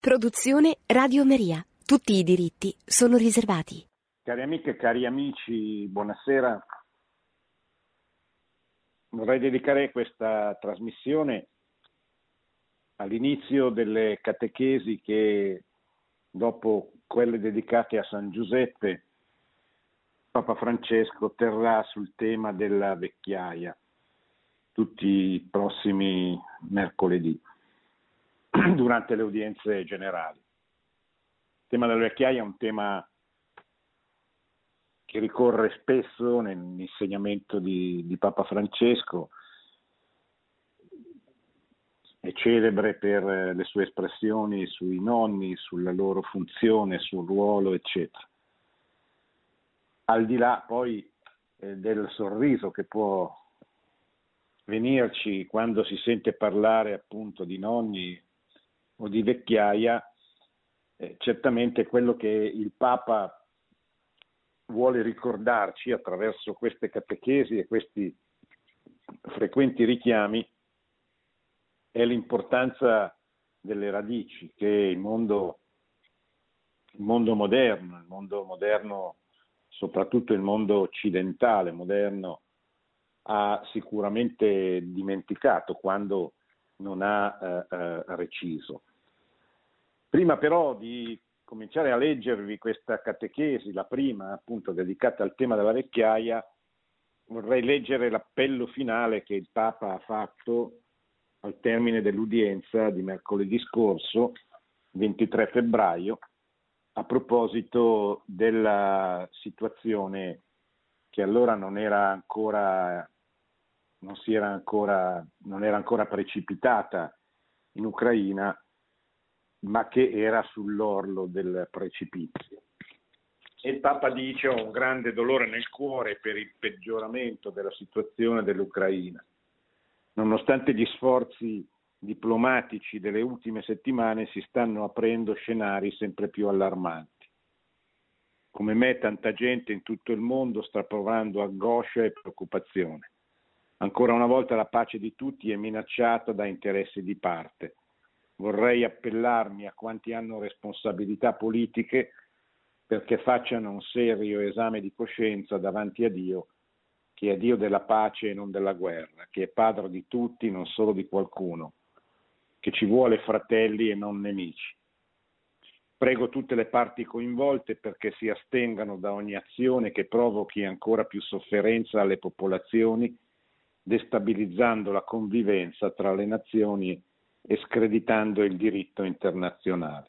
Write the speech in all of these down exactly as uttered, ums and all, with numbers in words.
Produzione Radio Maria. Tutti i diritti sono riservati. Cari amiche e cari amici, buonasera. Vorrei dedicare questa trasmissione all'inizio delle catechesi che, dopo quelle dedicate a San Giuseppe, Papa Francesco terrà sul tema della vecchiaia tutti i prossimi mercoledì durante le udienze generali. Il tema della vecchiaia è un tema che ricorre spesso nell'insegnamento di, di Papa Francesco, è celebre per le sue espressioni sui nonni, sulla loro funzione, sul ruolo, eccetera. Al di là poi eh, del sorriso che può venirci quando si sente parlare appunto di nonni o di vecchiaia, eh, certamente quello che il Papa vuole ricordarci attraverso queste catechesi e questi frequenti richiami è l'importanza delle radici che il mondo, il mondo moderno, il mondo moderno, soprattutto il mondo occidentale moderno, ha sicuramente dimenticato quando non ha eh, eh, reciso. Prima però di cominciare a leggervi questa catechesi, la prima appunto dedicata al tema della vecchiaia, vorrei leggere l'appello finale che il Papa ha fatto al termine dell'udienza di mercoledì scorso, ventitré febbraio, a proposito della situazione che allora non era ancora, non si era ancora, non era ancora precipitata in Ucraina, ma che era sull'orlo del precipizio. E il Papa dice: ho un grande dolore nel cuore per il peggioramento della situazione dell'Ucraina. Nonostante gli sforzi diplomatici delle ultime settimane, si stanno aprendo scenari sempre più allarmanti. Come me, tanta gente in tutto il mondo sta provando angoscia e preoccupazione. Ancora una volta la pace di tutti è minacciata da interessi di parte. Vorrei appellarmi a quanti hanno responsabilità politiche perché facciano un serio esame di coscienza davanti a Dio, che è Dio della pace e non della guerra, che è padre di tutti, non solo di qualcuno, che ci vuole fratelli e non nemici. Prego tutte le parti coinvolte perché si astengano da ogni azione che provochi ancora più sofferenza alle popolazioni, destabilizzando la convivenza tra le nazioni e screditando il diritto internazionale.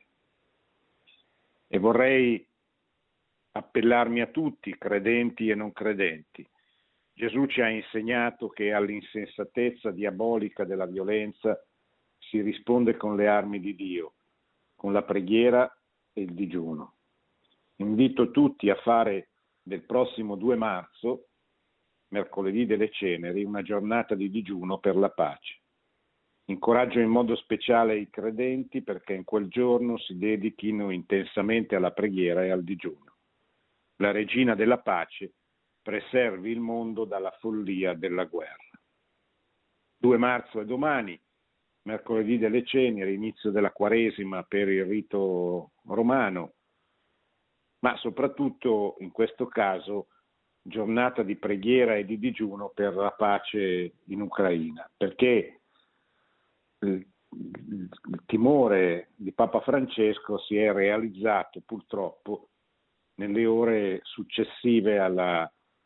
E vorrei appellarmi a tutti, credenti e non credenti. Gesù ci ha insegnato che all'insensatezza diabolica della violenza si risponde con le armi di Dio, con la preghiera e il digiuno. Invito tutti a fare del prossimo due marzo, mercoledì delle Ceneri, una giornata di digiuno per la pace. Incoraggio in modo speciale i credenti perché in quel giorno si dedichino intensamente alla preghiera e al digiuno. La regina della pace preservi il mondo dalla follia della guerra. due marzo è domani, mercoledì delle Ceneri, inizio della Quaresima per il rito romano, ma soprattutto in questo caso giornata di preghiera e di digiuno per la pace in Ucraina, perché il, il timore di Papa Francesco si è realizzato purtroppo nelle ore successive alla,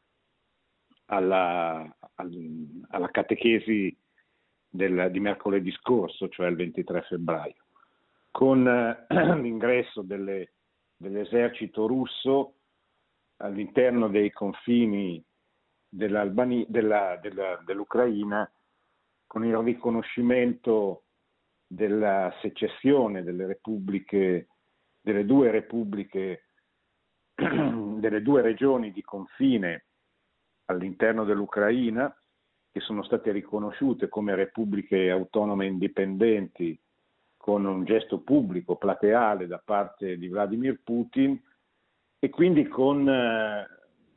alla, alla catechesi del, di mercoledì scorso, cioè il ventitré febbraio, con eh, l'ingresso delle, dell'esercito russo all'interno dei confini dell'Albania, della, della, dell'Ucraina, con il riconoscimento della secessione delle repubbliche, delle due repubbliche, delle due regioni di confine all'interno dell'Ucraina, che sono state riconosciute come repubbliche autonome indipendenti con un gesto pubblico plateale da parte di Vladimir Putin, e quindi con, eh,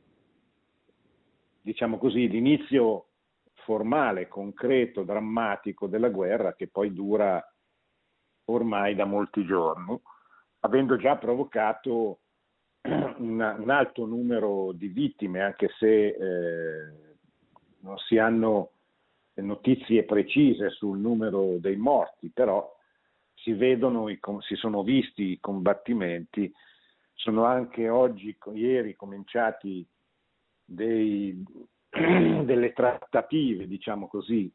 diciamo così, l'inizio formale, concreto, drammatico della guerra, che poi dura ormai da molti giorni, avendo già provocato una, un alto numero di vittime, anche se eh, non si hanno notizie precise sul numero dei morti, però si vedono, i, si sono visti i combattimenti, sono anche oggi, ieri, cominciati dei, delle trattative, diciamo così,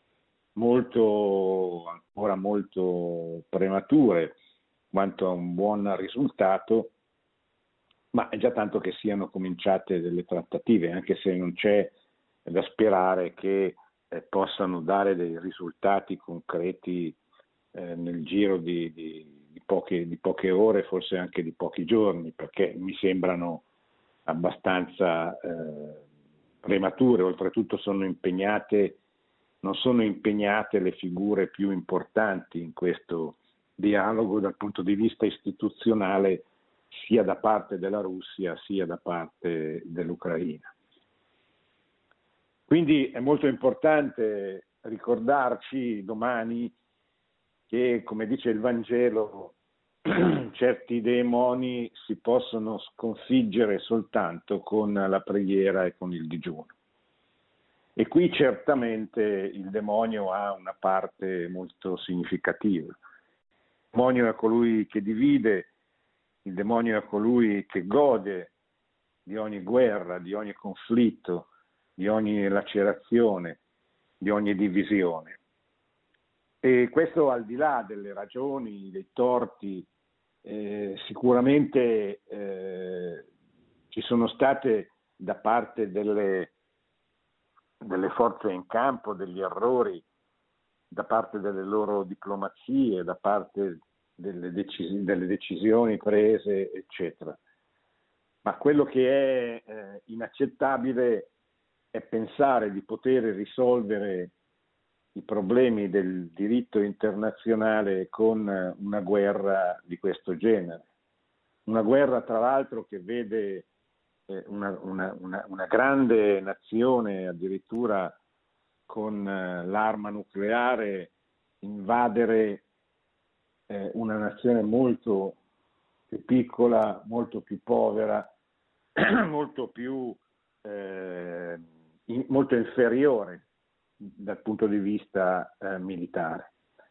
molto, ancora molto premature quanto a un buon risultato, ma è già tanto che siano cominciate delle trattative, anche se non c'è da sperare che eh, possano dare dei risultati concreti eh, nel giro di, di, di, poche, di poche ore, forse anche di pochi giorni, perché mi sembrano abbastanza eh, premature. Oltretutto sono impegnate, non sono impegnate le figure più importanti in questo dialogo dal punto di vista istituzionale, sia da parte della Russia sia da parte dell'Ucraina. Quindi è molto importante ricordarci domani che, come dice il Vangelo, certi demoni si possono sconfiggere soltanto con la preghiera e con il digiuno. E qui certamente il demonio ha una parte molto significativa. Il demonio è colui che divide, il demonio è colui che gode di ogni guerra, di ogni conflitto, di ogni lacerazione, di ogni divisione. E questo al di là delle ragioni, dei torti, eh, sicuramente eh, ci sono state da parte delle, delle forze in campo degli errori, da parte delle loro diplomazie, da parte delle, decisi- delle decisioni prese, eccetera. Ma quello che è eh, inaccettabile è pensare di poter risolvere i problemi del diritto internazionale con una guerra di questo genere. Una guerra, tra l'altro, che vede eh, una, una, una, una grande nazione, addirittura con eh, l'arma nucleare, invadere eh, una nazione molto più piccola, molto più povera, molto più eh, in, molto inferiore dal punto di vista eh, militare.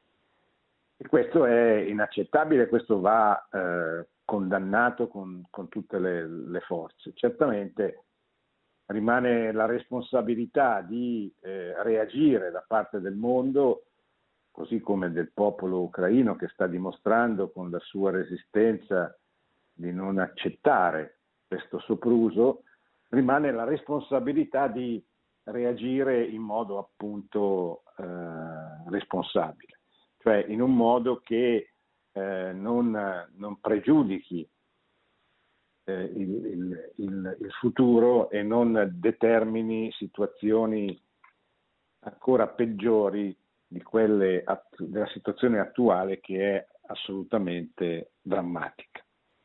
E questo è inaccettabile, questo va eh, condannato con, con tutte le, le forze. Certamente rimane la responsabilità di eh, reagire da parte del mondo, così come del popolo ucraino che sta dimostrando con la sua resistenza di non accettare questo sopruso, rimane la responsabilità di reagire in modo appunto eh, responsabile, cioè in un modo che eh, non, non pregiudichi eh, il, il, il, il futuro e non determini situazioni ancora peggiori di quelle att- della situazione attuale, che è assolutamente drammatica.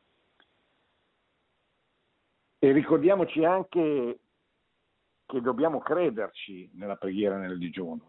E ricordiamoci anche che dobbiamo crederci nella preghiera e nel digiuno.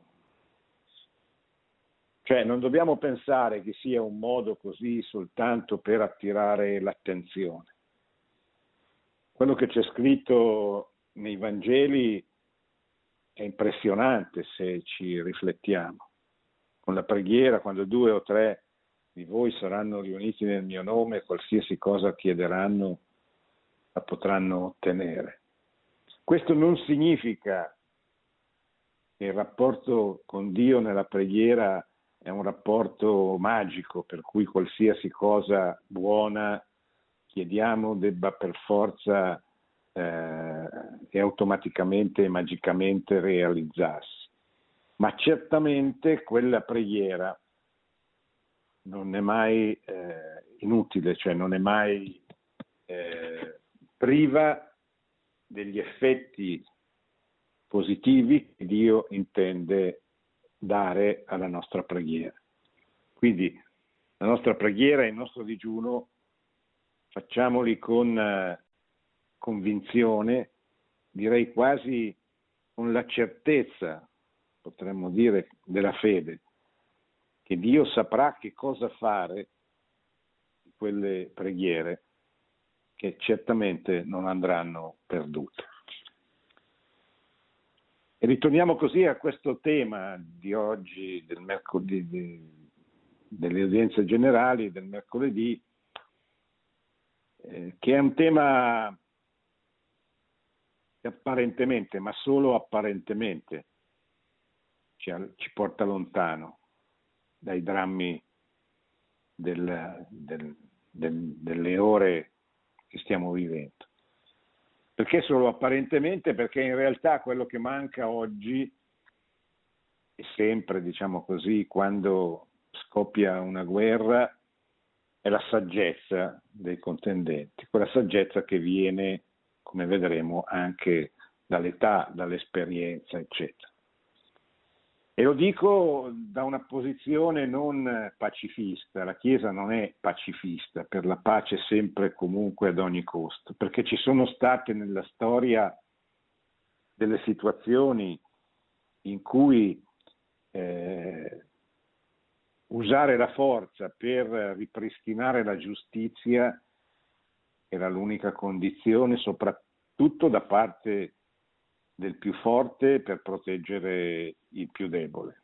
Cioè non dobbiamo pensare che sia un modo così soltanto per attirare l'attenzione. Quello che c'è scritto nei Vangeli è impressionante se ci riflettiamo. Con la preghiera, quando due o tre di voi saranno riuniti nel mio nome, qualsiasi cosa chiederanno la potranno ottenere. Questo non significa che il rapporto con Dio nella preghiera è un rapporto magico, per cui qualsiasi cosa buona chiediamo debba per forza eh, e automaticamente e magicamente realizzarsi. Ma certamente quella preghiera non è mai eh, inutile, cioè non è mai eh, priva degli effetti positivi che Dio intende dare alla nostra preghiera. Quindi la nostra preghiera e il nostro digiuno facciamoli con eh, convinzione, direi quasi con la certezza, potremmo dire, della fede, che Dio saprà che cosa fare di quelle preghiere che certamente non andranno perdute. E ritorniamo così a questo tema di oggi, del mercoledì, di, delle udienze generali del mercoledì, eh, che è un tema che apparentemente, ma solo apparentemente, ci, ci porta lontano dai drammi del, del, del, delle ore che stiamo vivendo. Perché solo apparentemente? Perché in realtà quello che manca oggi, e sempre, diciamo così, quando scoppia una guerra, è la saggezza dei contendenti, quella saggezza che viene, come vedremo, anche dall'età, dall'esperienza, eccetera. E lo dico da una posizione non pacifista, la Chiesa non è pacifista, per la pace sempre e comunque ad ogni costo, perché ci sono state nella storia delle situazioni in cui eh, usare la forza per ripristinare la giustizia era l'unica condizione, soprattutto da parte del più forte per proteggere il più debole.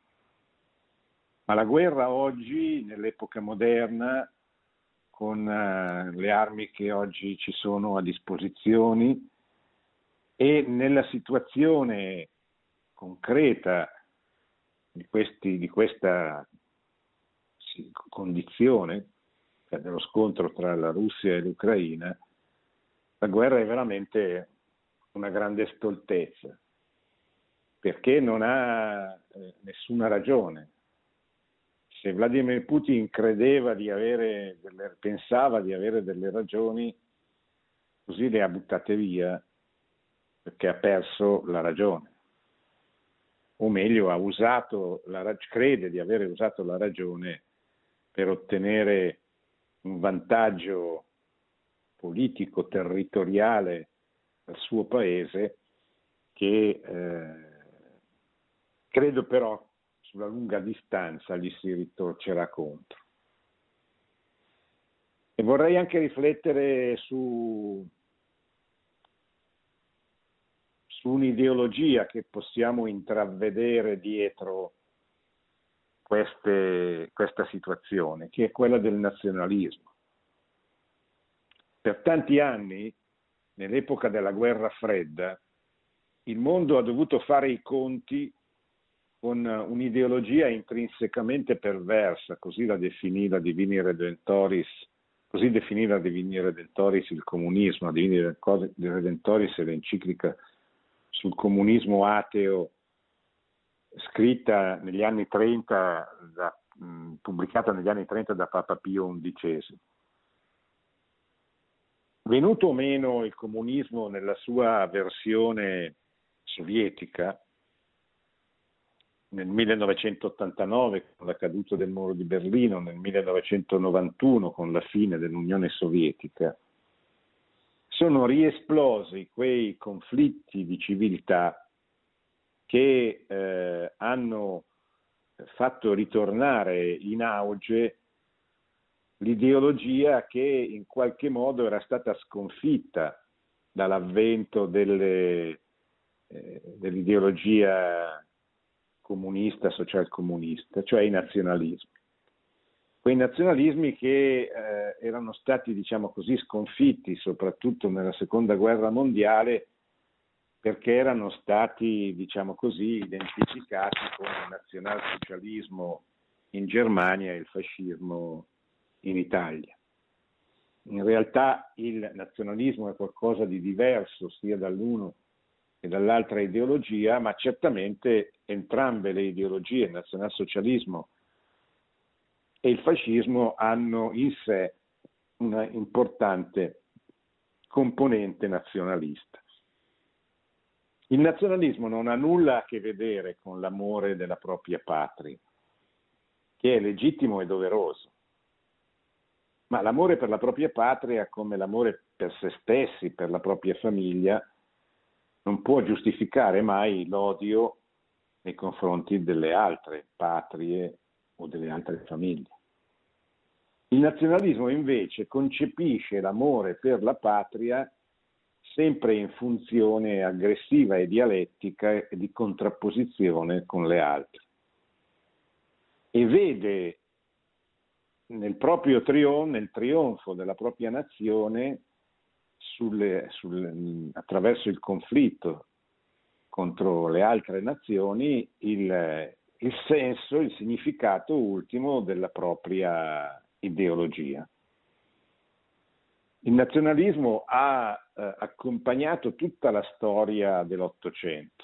Ma la guerra oggi, nell'epoca moderna, con uh, le armi che oggi ci sono a disposizione e nella situazione concreta di, questi, di questa sì, condizione, cioè dello scontro tra la Russia e l'Ucraina, la guerra è veramente una grande stoltezza, perché non ha eh, nessuna ragione. Se Vladimir Putin credeva di avere, delle, pensava di avere delle ragioni, così le ha buttate via, perché ha perso la ragione. O meglio, ha usato la, crede di avere usato la ragione per ottenere un vantaggio politico, territoriale al suo paese, che eh, credo però sulla lunga distanza gli si ritorcerà contro. E vorrei anche riflettere su, su un'ideologia che possiamo intravedere dietro queste, questa situazione, che è quella del nazionalismo. Per tanti anni, nell'epoca della guerra fredda, il mondo ha dovuto fare i conti con un'ideologia intrinsecamente perversa, così la definì la Divini Redentoris, così definì la Divini Redentoris il comunismo, la Divini Redentoris è l'enciclica sul comunismo ateo scritta negli anni trenta, da, mh, pubblicata negli anni trenta da Papa Pio undicesimo. Venuto meno il comunismo nella sua versione sovietica, nel millenovecentottantanove con la caduta del muro di Berlino, nel millenovecentonovantuno con la fine dell'Unione Sovietica, sono riesplosi quei conflitti di civiltà che eh, hanno fatto ritornare in auge l'ideologia che in qualche modo era stata sconfitta dall'avvento delle, eh, dell'ideologia comunista, socialcomunista, cioè i nazionalismi. Quei nazionalismi che eh, erano stati, diciamo così, sconfitti soprattutto nella seconda guerra mondiale perché erano stati, diciamo così, identificati con il nazionalsocialismo in Germania e il fascismo in Italia. In realtà il nazionalismo è qualcosa di diverso sia dall'uno che dall'altra ideologia, ma certamente entrambe le ideologie, il nazionalsocialismo e il fascismo, hanno in sé una importante componente nazionalista. Il nazionalismo non ha nulla a che vedere con l'amore della propria patria, che è legittimo e doveroso, ma l'amore per la propria patria, come l'amore per se stessi, per la propria famiglia, non può giustificare mai l'odio nei confronti delle altre patrie o delle altre famiglie. Il nazionalismo invece concepisce l'amore per la patria sempre in funzione aggressiva e dialettica e di contrapposizione con le altre, e vede nel proprio trionfo, nel trionfo della propria nazione sulle, sulle, attraverso il conflitto contro le altre nazioni il, il senso, il significato ultimo della propria ideologia. Il nazionalismo ha eh, accompagnato tutta la storia dell'Ottocento.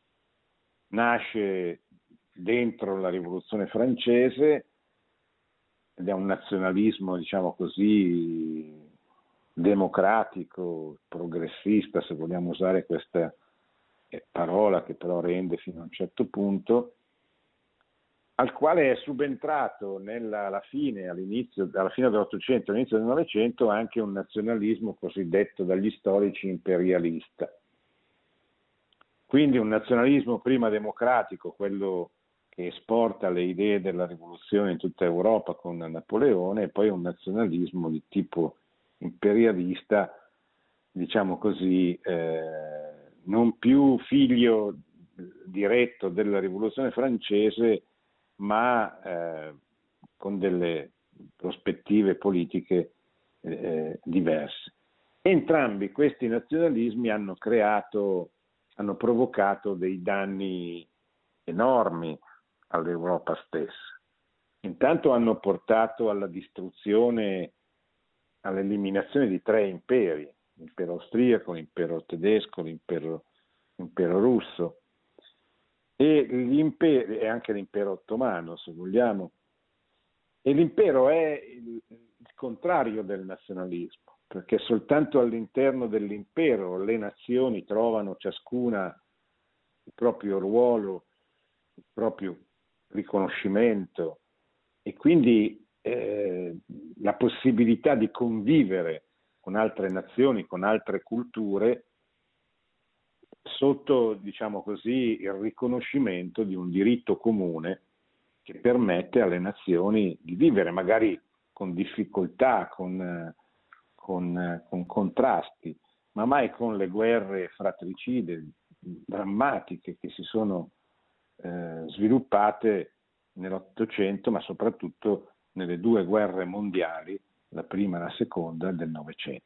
Nasce dentro la Rivoluzione francese ed è un nazionalismo, diciamo così, democratico, progressista, se vogliamo usare questa parola che però rende fino a un certo punto, al quale è subentrato nella, alla fine, all'inizio, alla fine dell'Ottocento, all'inizio del Novecento, anche un nazionalismo cosiddetto dagli storici imperialista. Quindi un nazionalismo prima democratico, quello che esporta le idee della rivoluzione in tutta Europa con Napoleone, e poi un nazionalismo di tipo imperialista, diciamo così, eh, non più figlio diretto della rivoluzione francese, ma eh, con delle prospettive politiche eh, diverse. Entrambi questi nazionalismi hanno creato, hanno provocato dei danni enormi all'Europa stessa. Intanto hanno portato alla distruzione, all'eliminazione di tre imperi, l'impero austriaco, l'impero tedesco, l'impero, l'impero russo, e, gli imperi, e anche l'impero ottomano, se vogliamo. E l'impero è il, il contrario del nazionalismo, perché soltanto all'interno dell'impero le nazioni trovano ciascuna il proprio ruolo, il proprio riconoscimento, e quindi eh, la possibilità di convivere con altre nazioni, con altre culture, sotto, diciamo così, il riconoscimento di un diritto comune che permette alle nazioni di vivere, magari con difficoltà, con, con, con contrasti, ma mai con le guerre fratricide, drammatiche, che si sono eh, sviluppate nell'Ottocento, ma soprattutto nelle due guerre mondiali, la prima e la seconda del Novecento.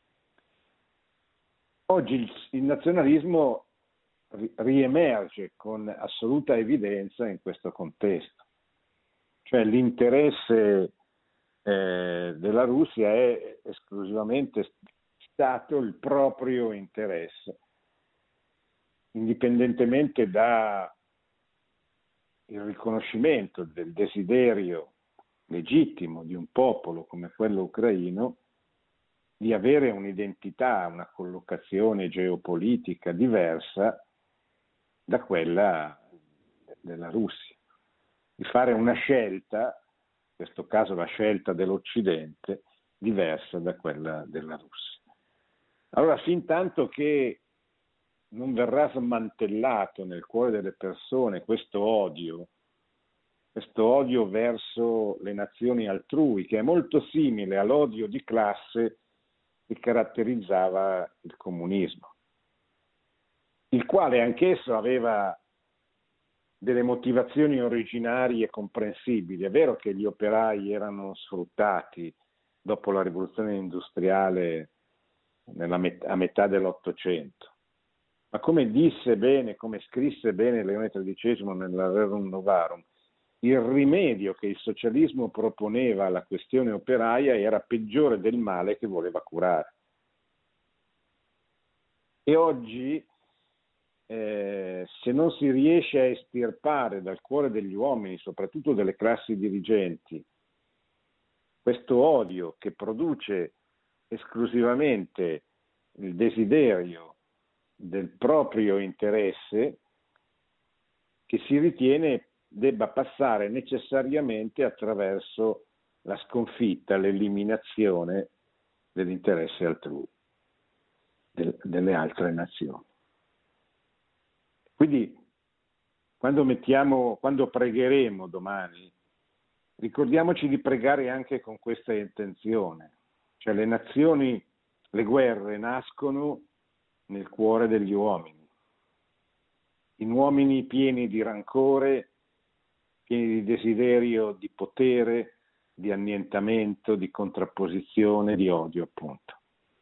Oggi il, il nazionalismo ri, riemerge con assoluta evidenza in questo contesto, cioè l'interesse eh, della Russia è esclusivamente stato il proprio interesse, indipendentemente dal riconoscimento del desiderio legittimo di un popolo come quello ucraino di avere un'identità, una collocazione geopolitica diversa da quella della Russia, di fare una scelta, in questo caso la scelta dell'Occidente, diversa da quella della Russia. Allora, fin tanto che non verrà smantellato nel cuore delle persone questo odio, questo odio verso le nazioni altrui, che è molto simile all'odio di classe che caratterizzava il comunismo, il quale anch'esso aveva delle motivazioni originarie e comprensibili. È vero che gli operai erano sfruttati dopo la rivoluzione industriale nella met- a metà dell'Ottocento, ma come disse bene, come scrisse bene Leone tredicesimo nella Rerum Novarum, il rimedio che il socialismo proponeva alla questione operaia era peggiore del male che voleva curare. E oggi, eh, se non si riesce a estirpare dal cuore degli uomini, soprattutto delle classi dirigenti, questo odio che produce esclusivamente il desiderio del proprio interesse, che si ritiene debba passare necessariamente attraverso la sconfitta, l'eliminazione dell'interesse altrui, del, delle altre nazioni. Quindi quando mettiamo, quando pregheremo domani ricordiamoci di pregare anche con questa intenzione, cioè le nazioni, le guerre nascono nel cuore degli uomini, in uomini pieni di rancore, pieni di desiderio di potere, di annientamento, di contrapposizione, di odio, appunto.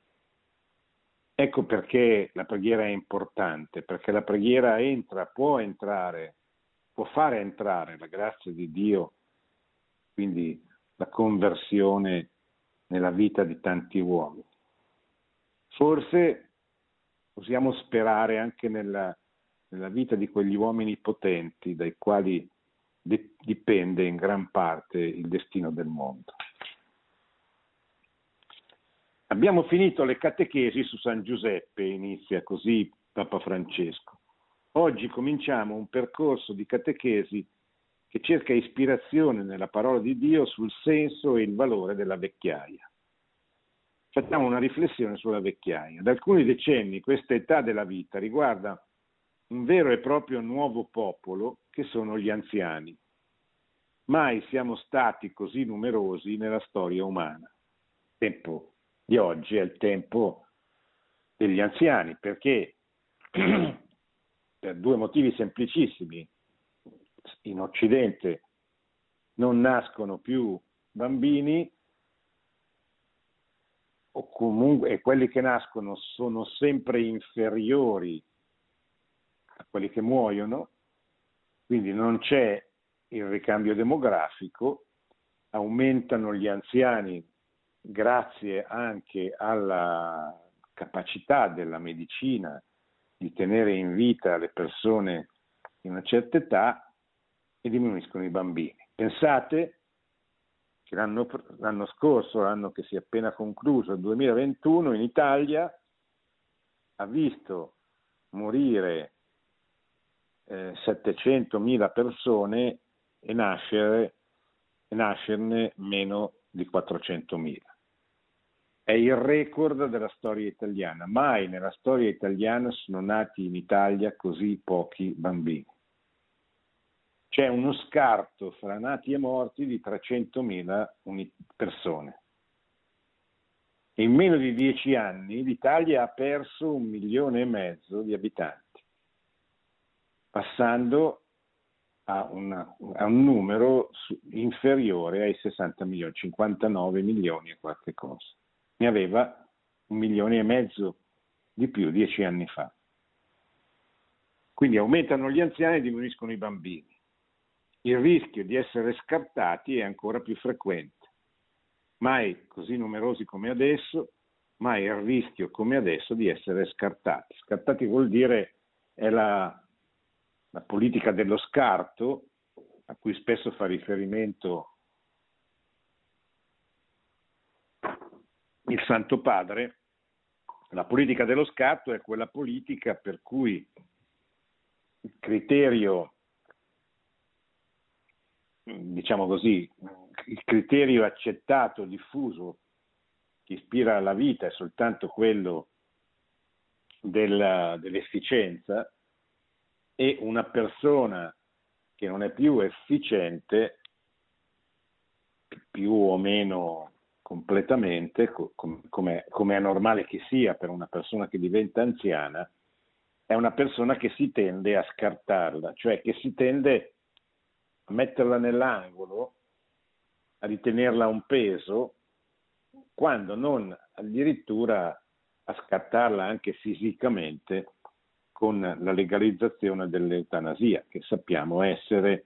Ecco perché la preghiera è importante, perché la preghiera entra, può entrare, può fare entrare la grazia di Dio, quindi la conversione nella vita di tanti uomini. Forse possiamo sperare anche nella, nella vita di quegli uomini potenti dai quali di, dipende in gran parte il destino del mondo. Abbiamo finito le catechesi su San Giuseppe, inizia così Papa Francesco. Oggi cominciamo un percorso di catechesi che cerca ispirazione nella parola di Dio sul senso e il valore della vecchiaia. Facciamo una riflessione sulla vecchiaia. Da alcuni decenni questa età della vita riguarda un vero e proprio nuovo popolo che sono gli anziani. Mai siamo stati così numerosi nella storia umana. Il tempo di oggi è il tempo degli anziani, perché per due motivi semplicissimi. In Occidente non nascono più bambini, o comunque e quelli che nascono sono sempre inferiori a quelli che muoiono, quindi non c'è il ricambio demografico, aumentano gli anziani grazie anche alla capacità della medicina di tenere in vita le persone di una certa età, e diminuiscono i bambini. Pensate che l'anno, l'anno scorso, l'anno che si è appena concluso, il duemilaventuno, in Italia ha visto morire eh, settecentomila persone e nascere, e nascerne meno di quattrocentomila. È il record della storia italiana. Mai nella storia italiana sono nati in Italia così pochi bambini. C'è uno scarto fra nati e morti di trecentomila persone. In meno di dieci anni l'Italia ha perso un milione e mezzo di abitanti, passando a, una, a un numero inferiore ai sessanta milioni, cinquantanove milioni e qualche cosa. Ne aveva un milione e mezzo di più dieci anni fa. Quindi aumentano gli anziani e diminuiscono i bambini. Il rischio di essere scartati è ancora più frequente. Mai così numerosi come adesso, mai il rischio come adesso di essere scartati. Scartati vuol dire è la, la politica dello scarto, a cui spesso fa riferimento il Santo Padre. La politica dello scarto è quella politica per cui il criterio, diciamo così, il criterio accettato, diffuso, che ispira alla vita è soltanto quello della, dell'efficienza, e una persona che non è più efficiente, più o meno completamente, com, come, come è normale che sia per una persona che diventa anziana, è una persona che si tende a scartarla, cioè che si tende a metterla nell'angolo, a ritenerla un peso, quando non addirittura a scartarla anche fisicamente con la legalizzazione dell'eutanasia, che sappiamo essere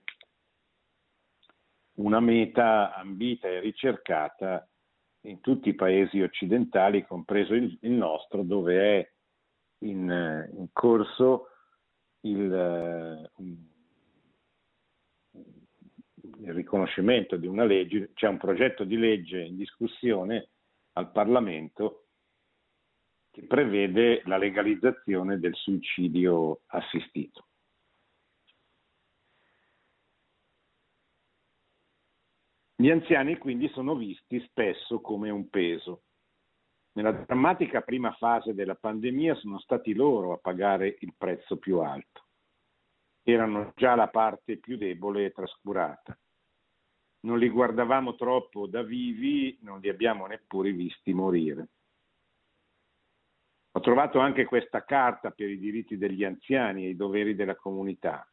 una meta ambita e ricercata in tutti i paesi occidentali, compreso il, il nostro, dove è in, in corso il, il riconoscimento di una legge, c'è un progetto di legge in discussione al Parlamento che prevede la legalizzazione del suicidio assistito. Gli anziani quindi sono visti spesso come un peso. Nella drammatica prima fase della pandemia sono stati loro a pagare il prezzo più alto. Erano già la parte più debole e trascurata. non li guardavamo troppo da vivi, non li abbiamo neppure visti morire. Ho trovato anche questa carta per i diritti degli anziani e i doveri della comunità.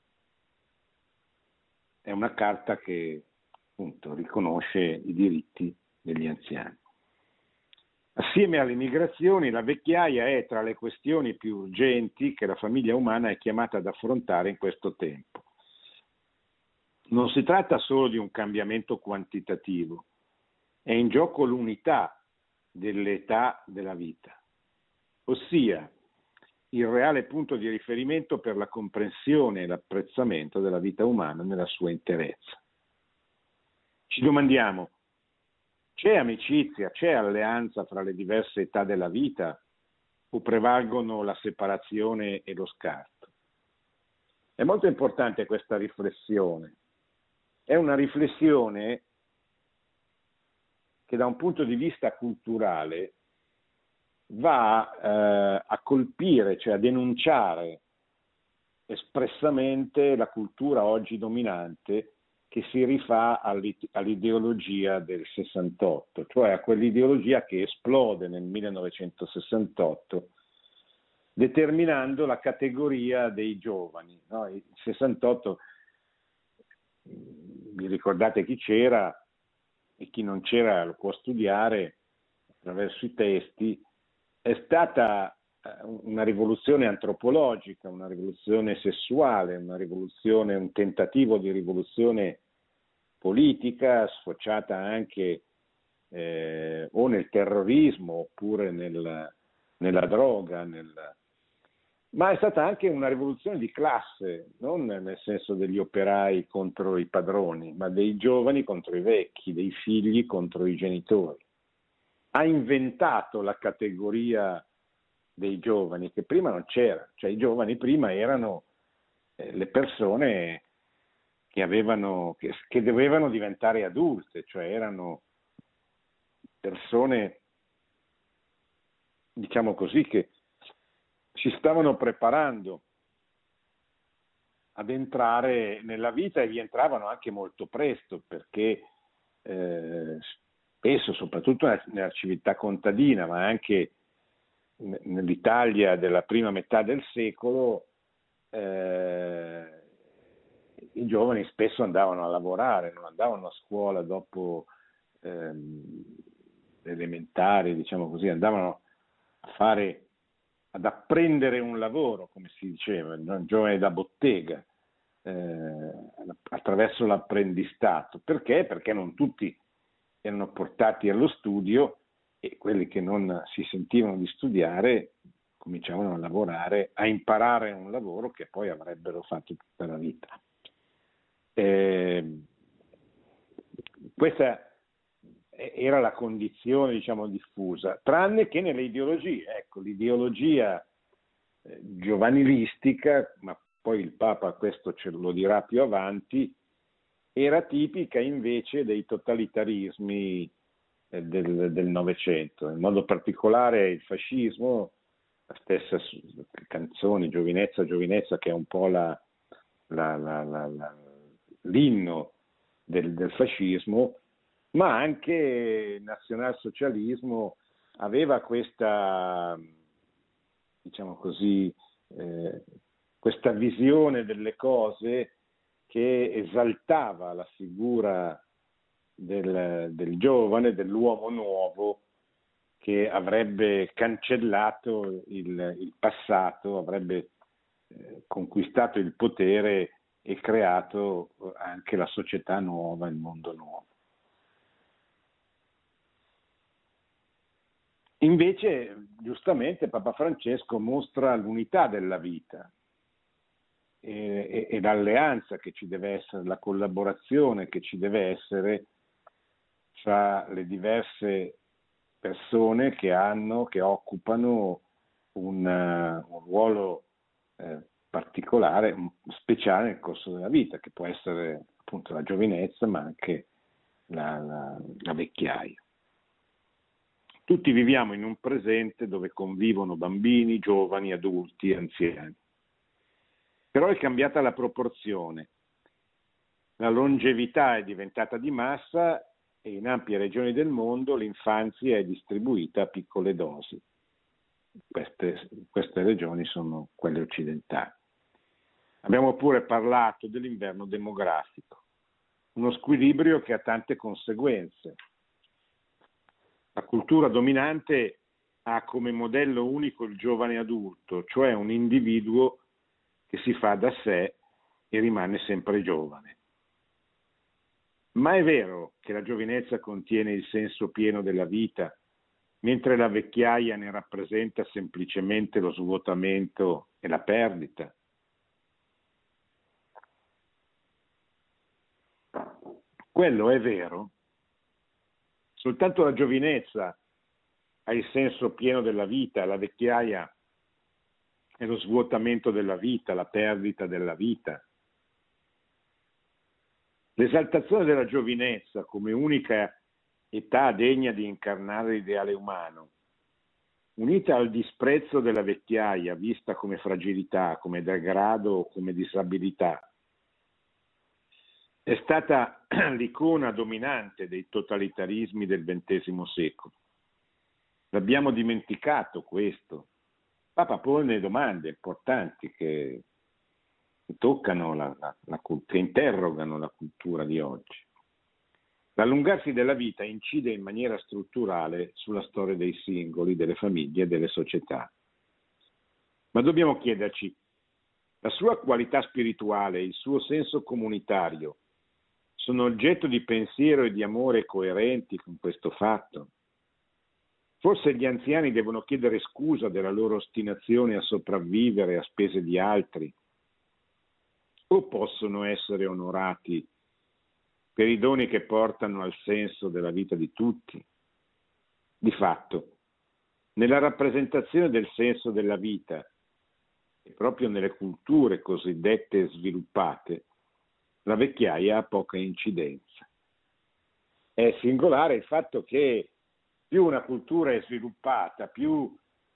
È una carta che appunto riconosce i diritti degli anziani. Assieme alle migrazioni, la vecchiaia è tra le questioni più urgenti che la famiglia umana è chiamata ad affrontare in questo tempo. Non si tratta solo di un cambiamento quantitativo, è in gioco l'unità dell'età della vita, ossia il reale punto di riferimento per la comprensione e l'apprezzamento della vita umana nella sua interezza. Ci domandiamo, c'è amicizia, c'è alleanza fra le diverse età della vita o prevalgono la separazione e lo scarto? È molto importante questa riflessione. È una riflessione che da un punto di vista culturale va eh, a colpire, cioè a denunciare espressamente la cultura oggi dominante che si rifà all'ideologia del sessantotto, cioè a quell'ideologia che esplode nel millenovecentosessantotto, determinando la categoria dei giovani. No? Il sessantotto, vi ricordate chi c'era e chi non c'era lo può studiare attraverso i testi, è stata una rivoluzione antropologica, una rivoluzione sessuale, una rivoluzione, un tentativo di rivoluzione politica sfociata anche eh, o nel terrorismo oppure nel, nella droga, nel... ma è stata anche una rivoluzione di classe, non nel senso degli operai contro i padroni, ma dei giovani contro i vecchi, dei figli contro i genitori. Ha inventato la categoria dei giovani che prima non c'era, cioè i giovani prima erano eh, le persone che avevano che, che dovevano diventare adulte, cioè erano persone, diciamo così, che si stavano preparando ad entrare nella vita e vi entravano anche molto presto, perché eh, spesso, soprattutto nella, nella civiltà contadina, ma anche nell'Italia della prima metà del secolo, eh, i giovani spesso andavano a lavorare, non andavano a scuola dopo ehm, elementari, diciamo così, andavano a fare, ad apprendere un lavoro, come si diceva, un giovane da bottega, eh, attraverso l'apprendistato. Perché? Perché non tutti erano portati allo studio e quelli che non si sentivano di studiare cominciavano a lavorare, a imparare un lavoro che poi avrebbero fatto tutta la vita. Eh, questa era la condizione, diciamo, diffusa, tranne che nelle ideologie. Ecco, l'ideologia eh, giovanilistica, ma poi il Papa questo ce lo dirà più avanti, era tipica invece dei totalitarismi del, del Novecento, in modo particolare il fascismo, la stessa canzone Giovinezza, Giovinezza, che è un po' la, la, la, la, la, l'inno del, del fascismo, ma anche il nazionalsocialismo aveva questa, diciamo così, eh, questa visione delle cose che esaltava la figura Del, del giovane, dell'uomo nuovo che avrebbe cancellato il, il passato, avrebbe eh, conquistato il potere e creato anche la società nuova, il mondo nuovo. Invece, giustamente, Papa Francesco mostra l'unità della vita e, e, e l'alleanza che ci deve essere, la collaborazione che ci deve essere fra le diverse persone che hanno, che occupano un, uh, un ruolo eh, particolare, speciale nel corso della vita, che può essere appunto la giovinezza, ma anche la, la, la vecchiaia. Tutti viviamo in un presente dove convivono bambini, giovani, adulti, anziani. Però è cambiata la proporzione. la longevità è diventata di massa e in ampie regioni del mondo l'infanzia è distribuita a piccole dosi. Queste, queste regioni sono quelle occidentali. Abbiamo pure parlato dell'inverno demografico, uno squilibrio che ha tante conseguenze. La cultura dominante ha come modello unico il giovane adulto, cioè un individuo che si fa da sé e rimane sempre giovane. Ma è vero che la giovinezza contiene il senso pieno della vita, mentre la vecchiaia ne rappresenta semplicemente lo svuotamento e la perdita? Quello è vero. Soltanto la giovinezza ha il senso pieno della vita, la vecchiaia è lo svuotamento della vita, la perdita della vita. L'esaltazione della giovinezza come unica età degna di incarnare l'ideale umano, unita al disprezzo della vecchiaia vista come fragilità, come degrado o come disabilità, è stata l'icona dominante dei totalitarismi del ventesimo secolo. L'abbiamo dimenticato questo. Papa pone domande importanti che toccano la, la, la, che interrogano la cultura di oggi. L'allungarsi della vita incide in maniera strutturale sulla storia dei singoli, delle famiglie e delle società. Ma dobbiamo chiederci, la sua qualità spirituale, il suo senso comunitario, sono oggetto di pensiero e di amore coerenti con questo fatto? Forse gli anziani devono chiedere scusa della loro ostinazione a sopravvivere a spese di altri? O possono essere onorati per i doni che portano al senso della vita di tutti? Di fatto, nella rappresentazione del senso della vita, e proprio nelle culture cosiddette sviluppate, la vecchiaia ha poca incidenza. È singolare il fatto che più una cultura è sviluppata, più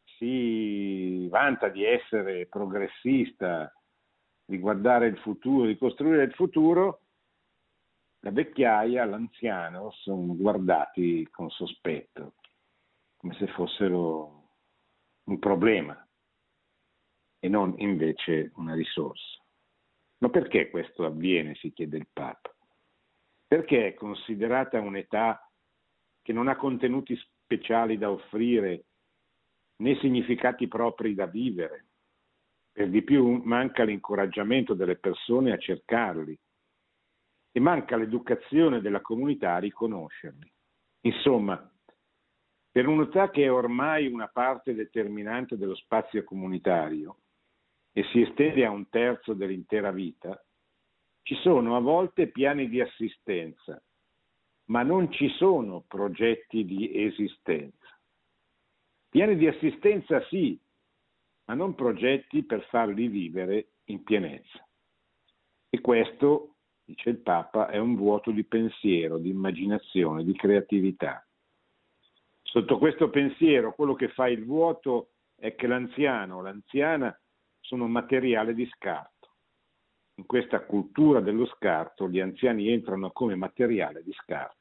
si vanta di essere progressista, di guardare il futuro, di costruire il futuro, la vecchiaia, l'anziano sono guardati con sospetto, come se fossero un problema e non invece una risorsa. Ma perché questo avviene, si chiede il Papa? Perché è considerata un'età che non ha contenuti speciali da offrire, né significati propri da vivere? Per di più manca l'incoraggiamento delle persone a cercarli e manca l'educazione della comunità a riconoscerli. Insomma, per un'età che è ormai una parte determinante dello spazio comunitario e si estende a un terzo dell'intera vita, ci sono a volte piani di assistenza, ma non ci sono progetti di esistenza. Piani di assistenza sì, ma non progetti per farli vivere in pienezza. E questo, dice il Papa, è un vuoto di pensiero, di immaginazione, di creatività. Sotto questo pensiero, quello che fa il vuoto è che l'anziano o l'anziana sono materiale di scarto. In questa cultura dello scarto gli anziani entrano come materiale di scarto.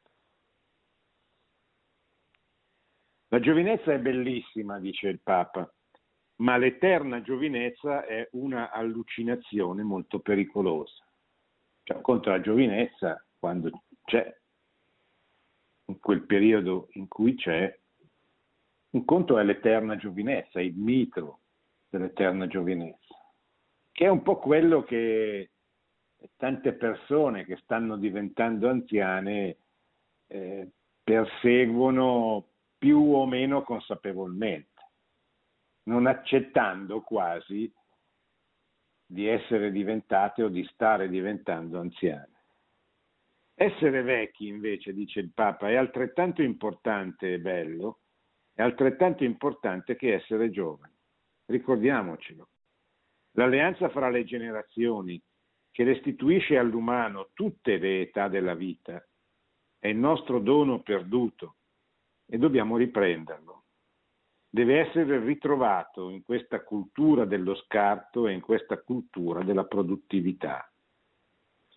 La giovinezza è bellissima, dice il Papa, ma l'eterna giovinezza è una allucinazione molto pericolosa. Cioè, contro la giovinezza, quando c'è, in quel periodo in cui c'è, un conto è l'eterna giovinezza, il mito dell'eterna giovinezza, che è un po' quello che tante persone che stanno diventando anziane eh, perseguono più o meno consapevolmente, non accettando quasi di essere diventate o di stare diventando anziane. Essere vecchi, invece, dice il Papa, è altrettanto importante e bello, è altrettanto importante che essere giovani. Ricordiamocelo. L'alleanza fra le generazioni, che restituisce all'umano tutte le età della vita, è il nostro dono perduto e dobbiamo riprenderlo. Deve essere ritrovato in questa cultura dello scarto e in questa cultura della produttività.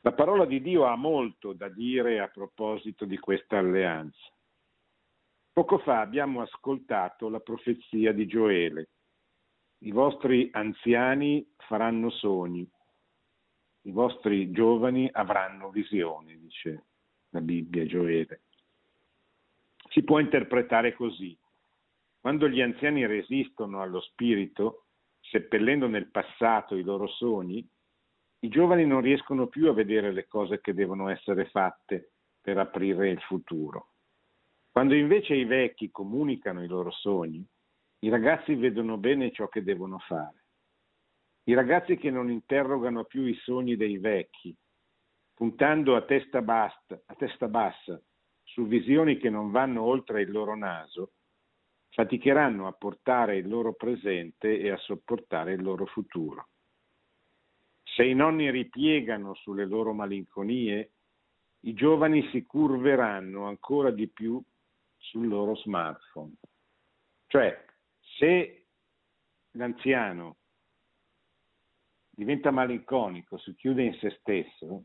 La parola di Dio ha molto da dire a proposito di questa alleanza. Poco fa abbiamo ascoltato la profezia di Gioele. I vostri anziani faranno sogni, i vostri giovani avranno visioni, dice la Bibbia, Gioele. Si può interpretare così. Quando gli anziani resistono allo spirito, seppellendo nel passato i loro sogni, i giovani non riescono più a vedere le cose che devono essere fatte per aprire il futuro. Quando invece i vecchi comunicano i loro sogni, i ragazzi vedono bene ciò che devono fare. I ragazzi che non interrogano più i sogni dei vecchi, puntando a testa, basta, a testa bassa su visioni che non vanno oltre il loro naso, faticheranno a portare il loro presente e a sopportare il loro futuro. Se i nonni ripiegano sulle loro malinconie, i giovani si curveranno ancora di più sul loro smartphone. Cioè, se l'anziano diventa malinconico, si chiude in se stesso,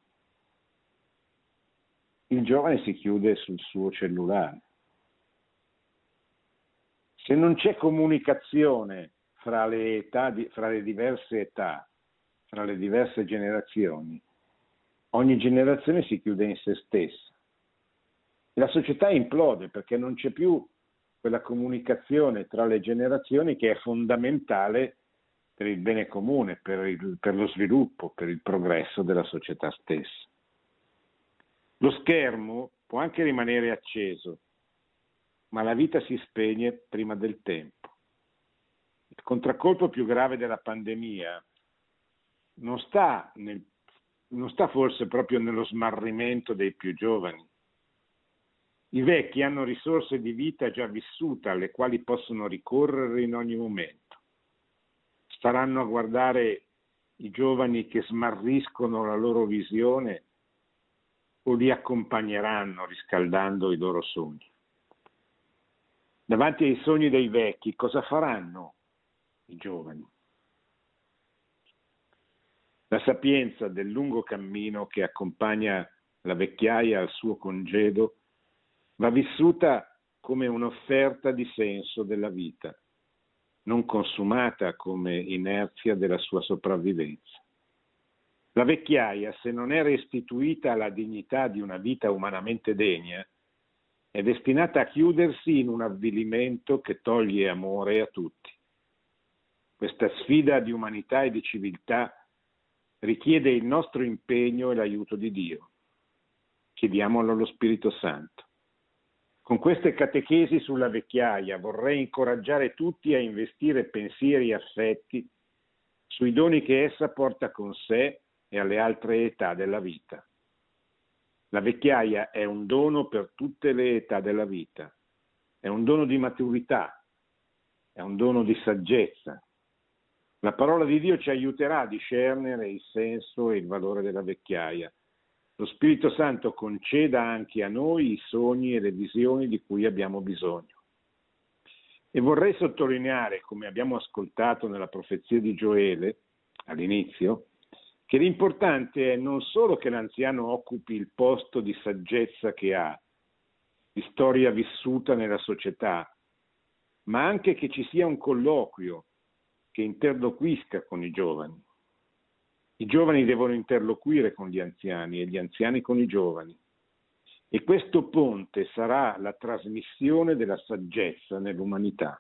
il giovane si chiude sul suo cellulare. Se non c'è comunicazione fra le età, fra le diverse età, fra le diverse generazioni, ogni generazione si chiude in se stessa. E la società implode perché non c'è più quella comunicazione tra le generazioni che è fondamentale per il bene comune, per, il, per lo sviluppo, per il progresso della società stessa. Lo schermo può anche rimanere acceso, ma la vita si spegne prima del tempo. Il contraccolpo più grave della pandemia non sta, nel, non sta forse proprio nello smarrimento dei più giovani. I vecchi hanno risorse di vita già vissuta alle quali possono ricorrere in ogni momento. Staranno a guardare i giovani che smarriscono la loro visione o li accompagneranno riscaldando i loro sogni? Davanti ai sogni dei vecchi, cosa faranno i giovani? La sapienza del lungo cammino che accompagna la vecchiaia al suo congedo va vissuta come un'offerta di senso della vita, non consumata come inerzia della sua sopravvivenza. La vecchiaia, se non è restituita alla dignità di una vita umanamente degna, è destinata a chiudersi in un avvilimento che toglie amore a tutti. Questa sfida di umanità e di civiltà richiede il nostro impegno e l'aiuto di Dio. Chiediamolo allo Spirito Santo. Con queste catechesi sulla vecchiaia vorrei incoraggiare tutti a investire pensieri e affetti sui doni che essa porta con sé e alle altre età della vita. La vecchiaia è un dono per tutte le età della vita, è un dono di maturità, è un dono di saggezza. La parola di Dio ci aiuterà a discernere il senso e il valore della vecchiaia. Lo Spirito Santo conceda anche a noi i sogni e le visioni di cui abbiamo bisogno. E vorrei sottolineare, come abbiamo ascoltato nella profezia di Gioele all'inizio, che l'importante è non solo che l'anziano occupi il posto di saggezza che ha, di storia vissuta nella società, ma anche che ci sia un colloquio che interloquisca con i giovani. I giovani devono interloquire con gli anziani e gli anziani con i giovani. E questo ponte sarà la trasmissione della saggezza nell'umanità.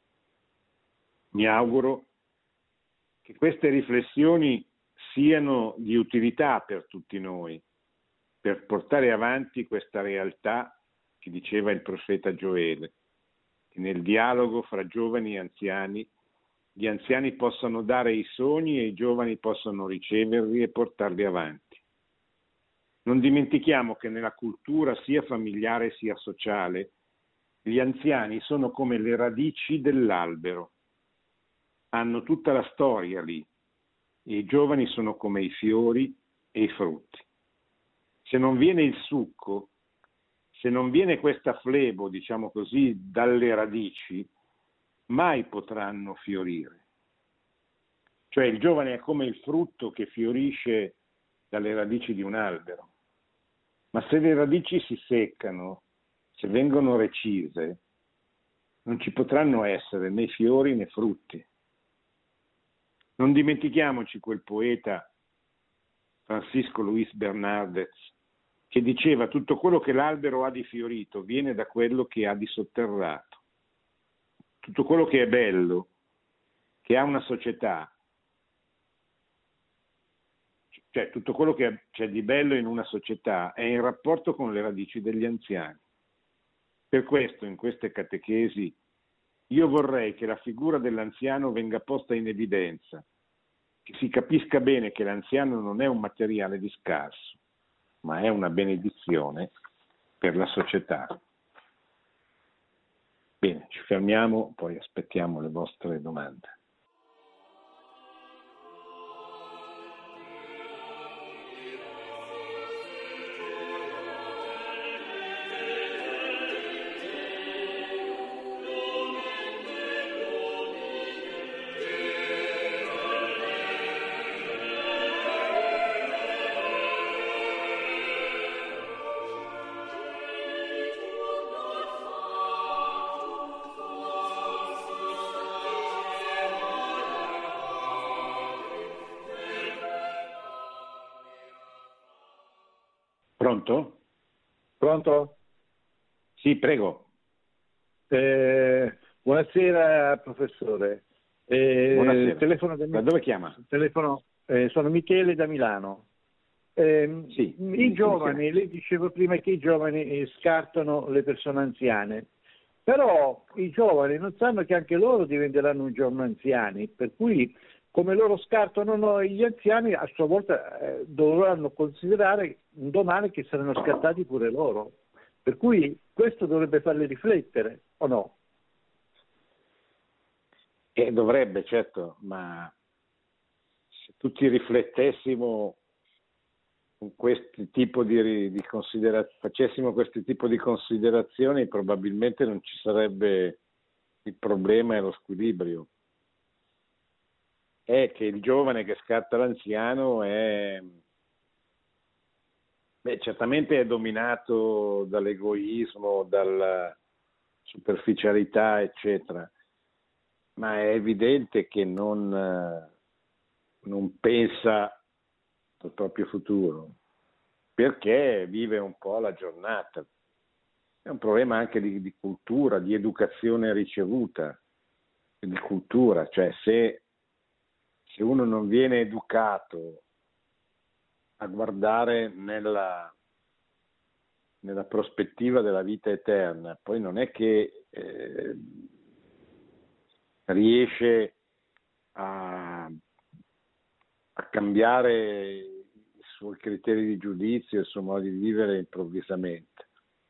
Mi auguro che queste riflessioni siano di utilità per tutti noi, per portare avanti questa realtà che diceva il profeta Gioele, che nel dialogo fra giovani e anziani gli anziani possano dare i sogni e i giovani possano riceverli e portarli avanti. Non dimentichiamo che nella cultura sia familiare sia sociale gli anziani sono come le radici dell'albero, hanno tutta la storia lì e i giovani sono come i fiori e i frutti. Se non viene il succo, se non viene questa flebo, diciamo così, dalle radici, mai potranno fiorire. Cioè il giovane è come il frutto che fiorisce dalle radici di un albero. Ma se le radici si seccano, se vengono recise, non ci potranno essere né fiori né frutti. Non dimentichiamoci quel poeta Francisco Luis Bernaldez che diceva: tutto quello che l'albero ha di fiorito viene da quello che ha di sotterrato. Tutto quello che è bello, che ha una società, cioè tutto quello che c'è di bello in una società è in rapporto con le radici degli anziani. Per questo in queste catechesi io vorrei che la figura dell'anziano venga posta in evidenza, che si capisca bene che l'anziano non è un materiale di scarso, ma è una benedizione per la società. Bene, ci fermiamo, poi aspettiamo le vostre domande. Pronto? Pronto? Sì, prego. Eh, buonasera professore. Eh, Buonasera. Telefono da, da dove chiama? Telefono, eh, sono Michele da Milano. Eh, sì, I giovani, lei diceva prima che i giovani eh, scartano le persone anziane, però i giovani non sanno che anche loro diventeranno un giorno anziani, per cui come loro scartano noi gli anziani, a sua volta eh, dovranno considerare un domani che saranno scartati pure loro. Per cui questo dovrebbe farli riflettere, o no? Eh, dovrebbe, certo, ma se tutti riflettessimo con questo tipo di, di considerazioni, facessimo questo tipo di considerazioni, probabilmente non ci sarebbe il problema e lo squilibrio. È che il giovane che scarta l'anziano è, beh, certamente è dominato dall'egoismo, dalla superficialità, eccetera, ma è evidente che non, non pensa al proprio futuro, perché vive un po' la giornata. È un problema anche di, di cultura, di educazione ricevuta, di cultura, cioè se Se uno non viene educato a guardare nella, nella prospettiva della vita eterna, poi non è che eh, riesce a, a cambiare i suoi criteri di giudizio, il suo modo di vivere improvvisamente.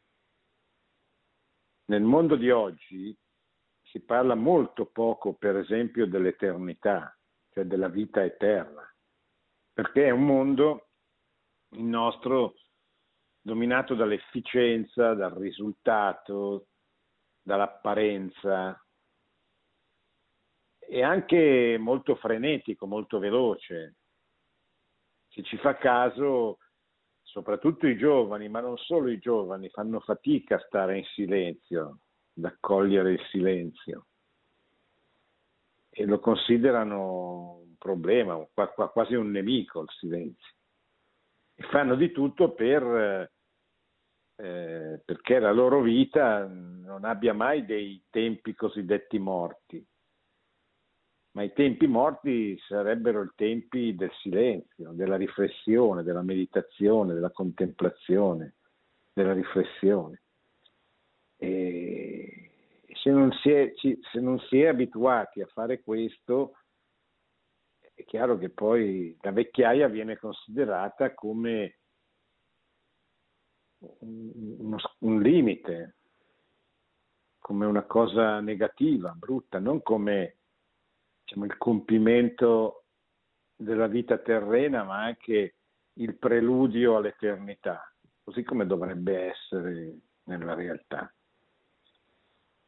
Nel mondo di oggi si parla molto poco, per esempio, dell'eternità, cioè della vita eterna, perché è un mondo, il nostro, dominato dall'efficienza, dal risultato, dall'apparenza, e anche molto frenetico, molto veloce. Se ci fa caso, soprattutto i giovani, ma non solo i giovani, fanno fatica a stare in silenzio, ad accogliere il silenzio. E lo considerano un problema, quasi un nemico il silenzio. E fanno di tutto per, eh, perché la loro vita non abbia mai dei tempi cosiddetti morti. Ma i tempi morti sarebbero i tempi del silenzio, della riflessione, della meditazione, della contemplazione, della riflessione. E se non si è, se non si è abituati a fare questo, è chiaro che poi la vecchiaia viene considerata come un, un limite, come una cosa negativa, brutta, non come, diciamo, il compimento della vita terrena, ma anche il preludio all'eternità, così come dovrebbe essere nella realtà.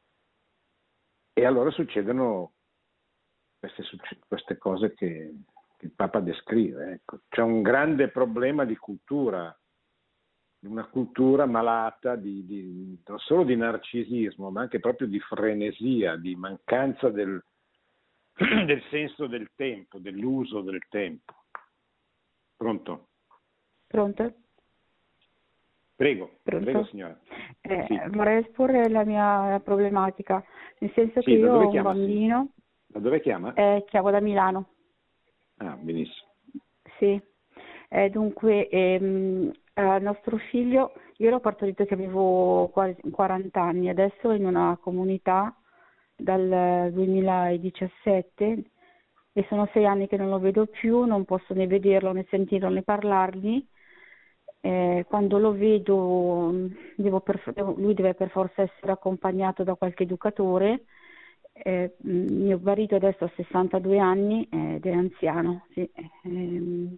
E allora succedono queste, queste cose che, il Papa descrive. Ecco. C'è un grande problema di cultura, una cultura malata di, di, non solo di narcisismo, ma anche proprio di frenesia, di mancanza del, del senso del tempo, dell'uso del tempo. Pronto? Pronto? Prego, Pronto? prego signora. Eh, Sì. Vorrei esporre la mia problematica, nel senso Sì, che da io dove ho un chiama, bambino, Da dove chiama? eh, chiamo da Milano, Ah, benissimo. sì. Eh, dunque, ehm, eh, nostro figlio, io l'ho partorito che avevo quasi quaranta anni, adesso è in una comunità dal duemiladiciassette e sono sei anni che non lo vedo più, non posso né vederlo né sentirlo né parlargli. Eh, quando lo vedo, devo per, devo- lui deve per forza essere accompagnato da qualche educatore. Eh, mio marito adesso ha sessantadue anni ed è anziano, sì. Ehm,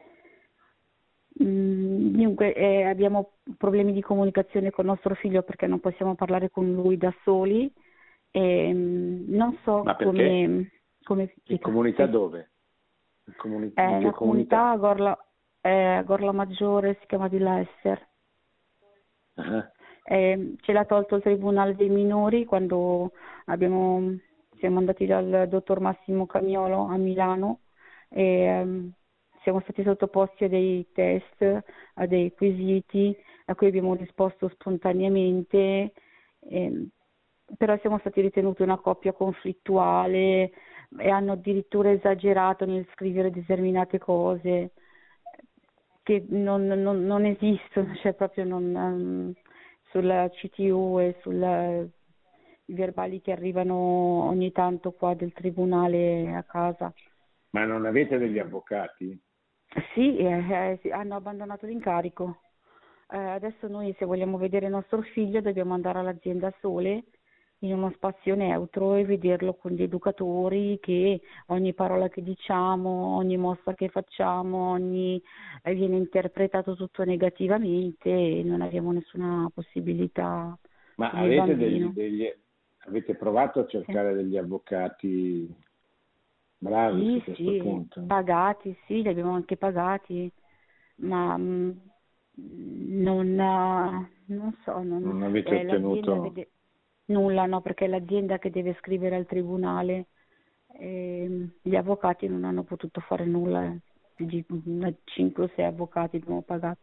mm, dunque, eh, abbiamo problemi di comunicazione con nostro figlio perché non possiamo parlare con lui da soli. E, mm, non so Ma perché? come, come In comunità sì. dove? In, comuni- È in che una comunità a Gorla, è a Gorla Maggiore, si chiama Villa Esser. Ah, Eh, ce l'ha tolto il Tribunale dei Minori quando abbiamo, siamo andati dal dottor Massimo Camiolo a Milano e ehm, siamo stati sottoposti a dei test, a dei quesiti a cui abbiamo risposto spontaneamente, ehm, però siamo stati ritenuti una coppia conflittuale e hanno addirittura esagerato nel scrivere determinate cose che non, non, non esistono, cioè proprio non, um, sulla C T U e sui verbali che arrivano ogni tanto qua del tribunale a casa. ma non avete degli avvocati? Sì, eh, eh, sì, hanno abbandonato l'incarico. Eh, adesso noi se vogliamo vedere nostro figlio dobbiamo andare all'azienda Sole in uno spazio neutro e vederlo con gli educatori, che ogni parola che diciamo, ogni mossa che facciamo, ogni eh, viene interpretato tutto negativamente e non abbiamo nessuna possibilità Ma con il avete degli, bambino. degli- avete provato a Sì, cercare degli avvocati bravi su sì, questo sì, punto? pagati, sì, li abbiamo anche pagati, ma mm, non, eh, non so, non, Non avete è l'azienda che ottenuto... de- nulla, no, perché è l'azienda che deve scrivere al tribunale. E gli avvocati non hanno potuto fare nulla, cinque o sei avvocati abbiamo pagato.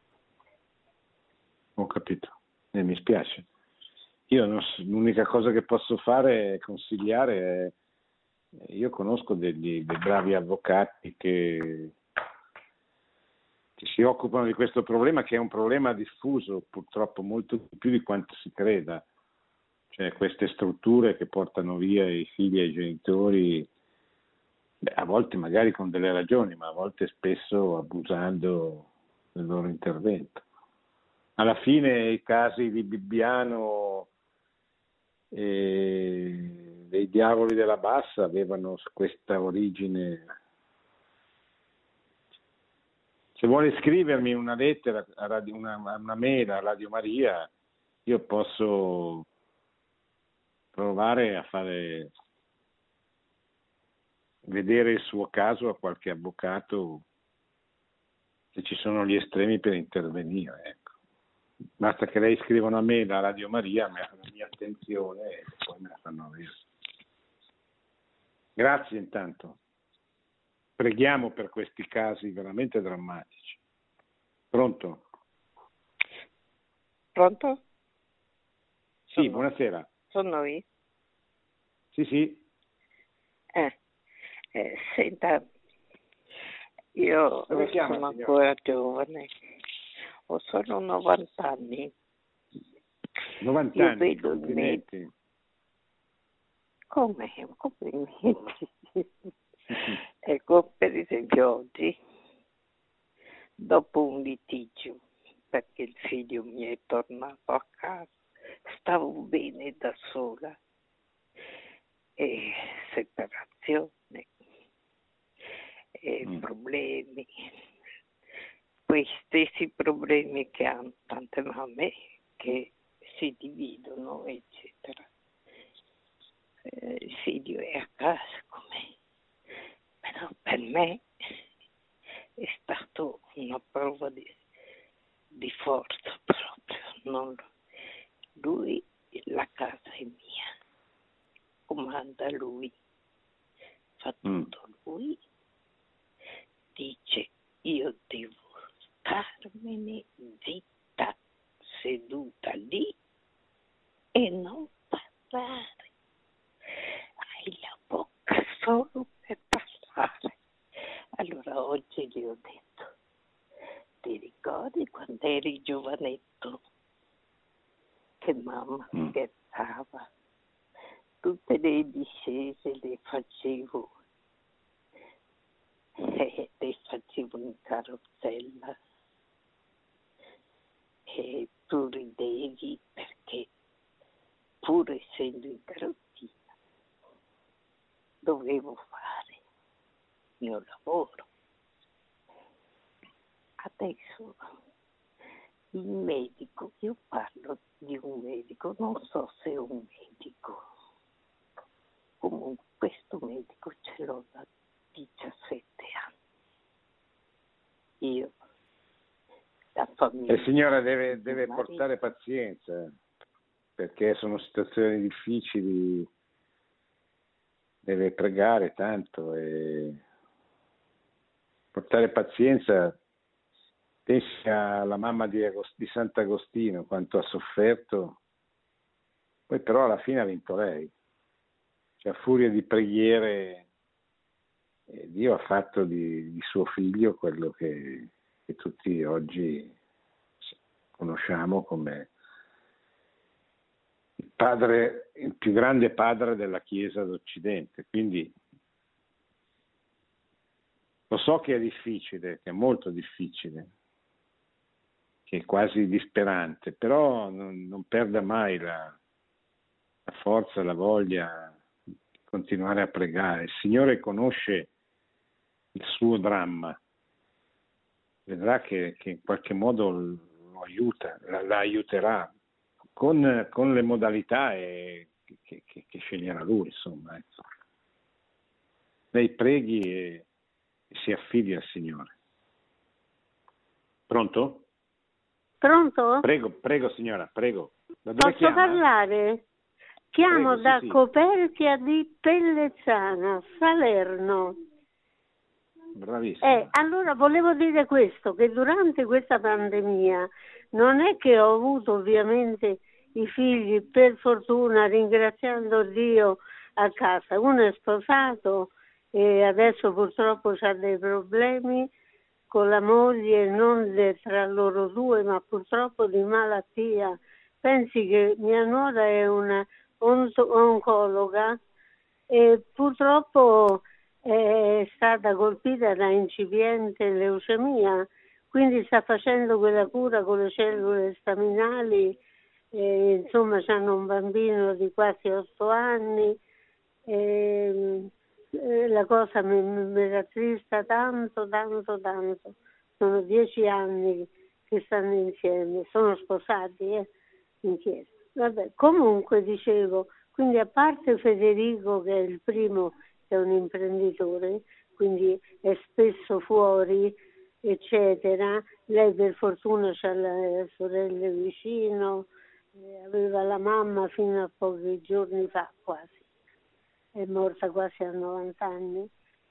Ho capito, e mi spiace. Io non so- l'unica cosa che posso fare è consigliare, è- io conosco degli, dei bravi avvocati che, che si occupano di questo problema, che è un problema diffuso purtroppo molto di più di quanto si creda. Cioè queste strutture che portano via i figli ai genitori, beh, a volte magari con delle ragioni, ma a volte spesso abusando del loro intervento. Alla fine i casi di Bibbiano e dei Diavoli della Bassa avevano questa origine. Se vuole scrivermi una lettera, a Radio- una, una mail a Radio Maria, io posso provare a fare vedere il suo caso a qualche avvocato, se ci sono gli estremi per intervenire. Ecco. Basta che lei scriva una mail a Radio Maria, la mia attenzione, e poi me la fanno avere. Grazie intanto. Preghiamo per questi casi veramente drammatici. Pronto? Pronto? Sì, Sono, buonasera. sono io. Sì, sì. Eh, eh, senta, io Come chiama, sono signora? ancora giovane, ho solo novanta anni. novanta Io anni, vedo il complimenti. Come? Complimenti. Ecco, per esempio oggi, dopo un litigio, perché il figlio mi è tornato a casa, stavo bene da sola, e separazione, e Mm. problemi, quei stessi problemi che hanno tante mamme che si dividono, eccetera. Eh, il figlio è a casa con me, però per me è stato una prova di, di forza proprio. Non, lui, la casa è mia, comanda lui, fa tutto mm. lui, dice io devo starmene zitta, seduta lì e non parlare. Hai la bocca solo per parlare. Allora oggi gli ho detto, ti ricordi quando eri giovanetto che mamma mm. scherzava? Tutte le discese le facevo, e le facevo in carrozzella e tu ridevi perché pur essendo in carrozzina dovevo fare il mio lavoro. Adesso il medico, io parlo di un medico, non so se è un medico, comunque questo medico ce l'ho da diciassette anni. Io, la famiglia. E signora deve, deve portare pazienza, perché sono situazioni difficili, deve pregare tanto e portare pazienza. Pensi alla mamma di, Agost- di Sant'Agostino, quanto ha sofferto, poi però alla fine ha vinto lei. Cioè, a furia di preghiere, eh, Dio ha fatto di, di suo figlio quello che, che tutti oggi conosciamo come il padre, il più grande padre della Chiesa d'Occidente. Quindi lo so che è difficile, che è molto difficile, che è quasi disperante, però non, non perda mai la, la forza, la voglia di continuare a pregare. Il Signore conosce il suo dramma, vedrà che, che in qualche modo lo aiuta, la, la aiuterà con, con le modalità e, che, che, che sceglierà lui, insomma. Ecco. Lei preghi e, e si affidi al Signore. Pronto? Pronto? Prego, prego signora, prego. Da dove Posso chiama? parlare? Chiamo Prego, da sì, sì. Coperchia di Pellezzana, Salerno. Bravissima. Eh, allora volevo dire questo, che durante questa pandemia non è che ho avuto ovviamente i figli, per fortuna, ringraziando Dio, a casa. Uno è sposato e adesso purtroppo ha dei problemi con la moglie, non de, tra loro due, ma purtroppo di malattia. Pensi che mia nuora è una onto, oncologa e purtroppo è stata colpita da incipiente leucemia, quindi sta facendo quella cura con le cellule staminali, e, insomma hanno un bambino di quasi otto anni. E, la cosa mi, mi rattrista tanto, tanto, tanto. Sono dieci anni che stanno insieme, sono sposati eh, in chiesa. Vabbè, comunque dicevo, quindi a parte Federico che è il primo, che è un imprenditore, quindi è spesso fuori, eccetera, lei per fortuna ha le sorelle vicino, aveva la mamma fino a pochi giorni fa quasi. È morta quasi a novanta anni,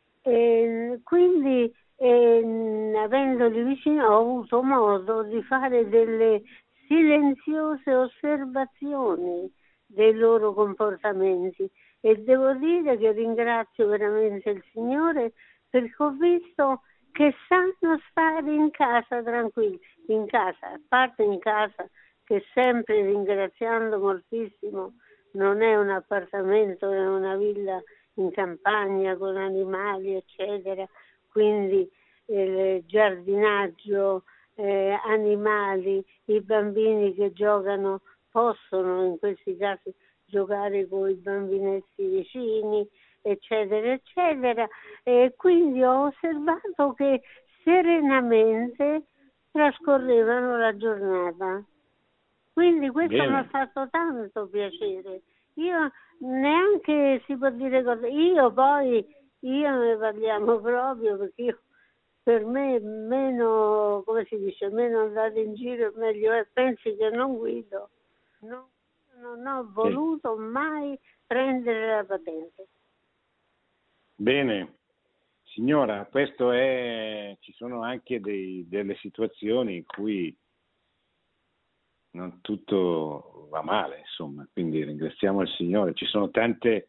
e quindi e, avendoli vicino ho avuto modo di fare delle silenziose osservazioni dei loro comportamenti e devo dire che ringrazio veramente il Signore perché ho visto che sanno stare in casa tranquilli, in casa, a parte in casa che sempre ringraziando moltissimo non è un appartamento, è una villa in campagna con animali, eccetera, quindi il giardinaggio, eh, animali, i bambini che giocano possono in questi casi giocare con i bambinetti vicini, eccetera, eccetera. E quindi ho osservato che serenamente trascorrevano la giornata. Quindi questo Bene. mi ha fatto tanto piacere. Io neanche si può dire cosa. Io poi io ne parliamo proprio perché io, per me meno, come si dice, meno andare in giro meglio è. Pensi che non guido, no, non ho voluto sì. mai prendere la patente. Bene, signora, questo è, ci sono anche dei, delle situazioni in cui non tutto va male, insomma, quindi ringraziamo il Signore. Ci sono tante,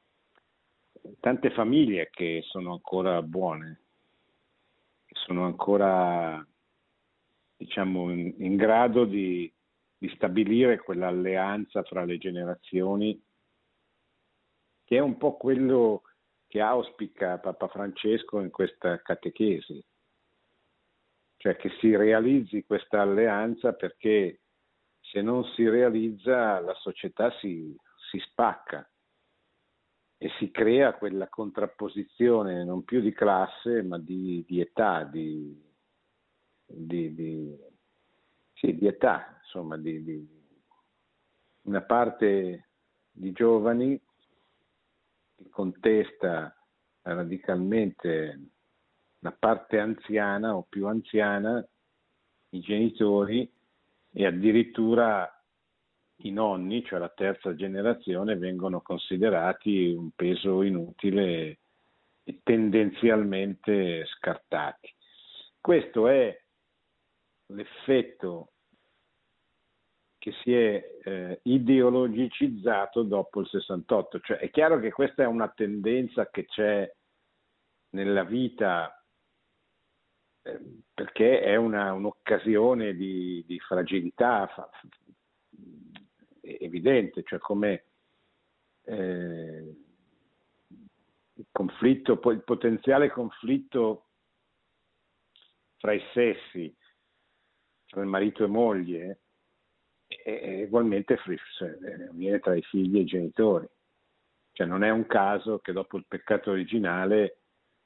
tante famiglie che sono ancora buone, che sono ancora, diciamo, in, in grado di, di stabilire quell'alleanza fra le generazioni, che è un po' quello che auspica Papa Francesco in questa catechesi, cioè che si realizzi questa alleanza, perché se non si realizza la società si, si spacca e si crea quella contrapposizione non più di classe ma di, di età, di, di, di, sì, di età, insomma, di, di una parte di giovani che contesta radicalmente la parte anziana o più anziana, i genitori, e addirittura i nonni, cioè la terza generazione, vengono considerati un peso inutile e tendenzialmente scartati. Questo è l'effetto che si è eh, ideologicizzato dopo il sessantotto, cioè è chiaro che questa è una tendenza che c'è nella vita, eh, perché è una, un'occasione di, di fragilità fa, evidente, cioè come eh, il conflitto, poi il potenziale conflitto fra i sessi, tra il marito e moglie, e ugualmente avviene tra i figli e i genitori. Cioè non è un caso che dopo il peccato originale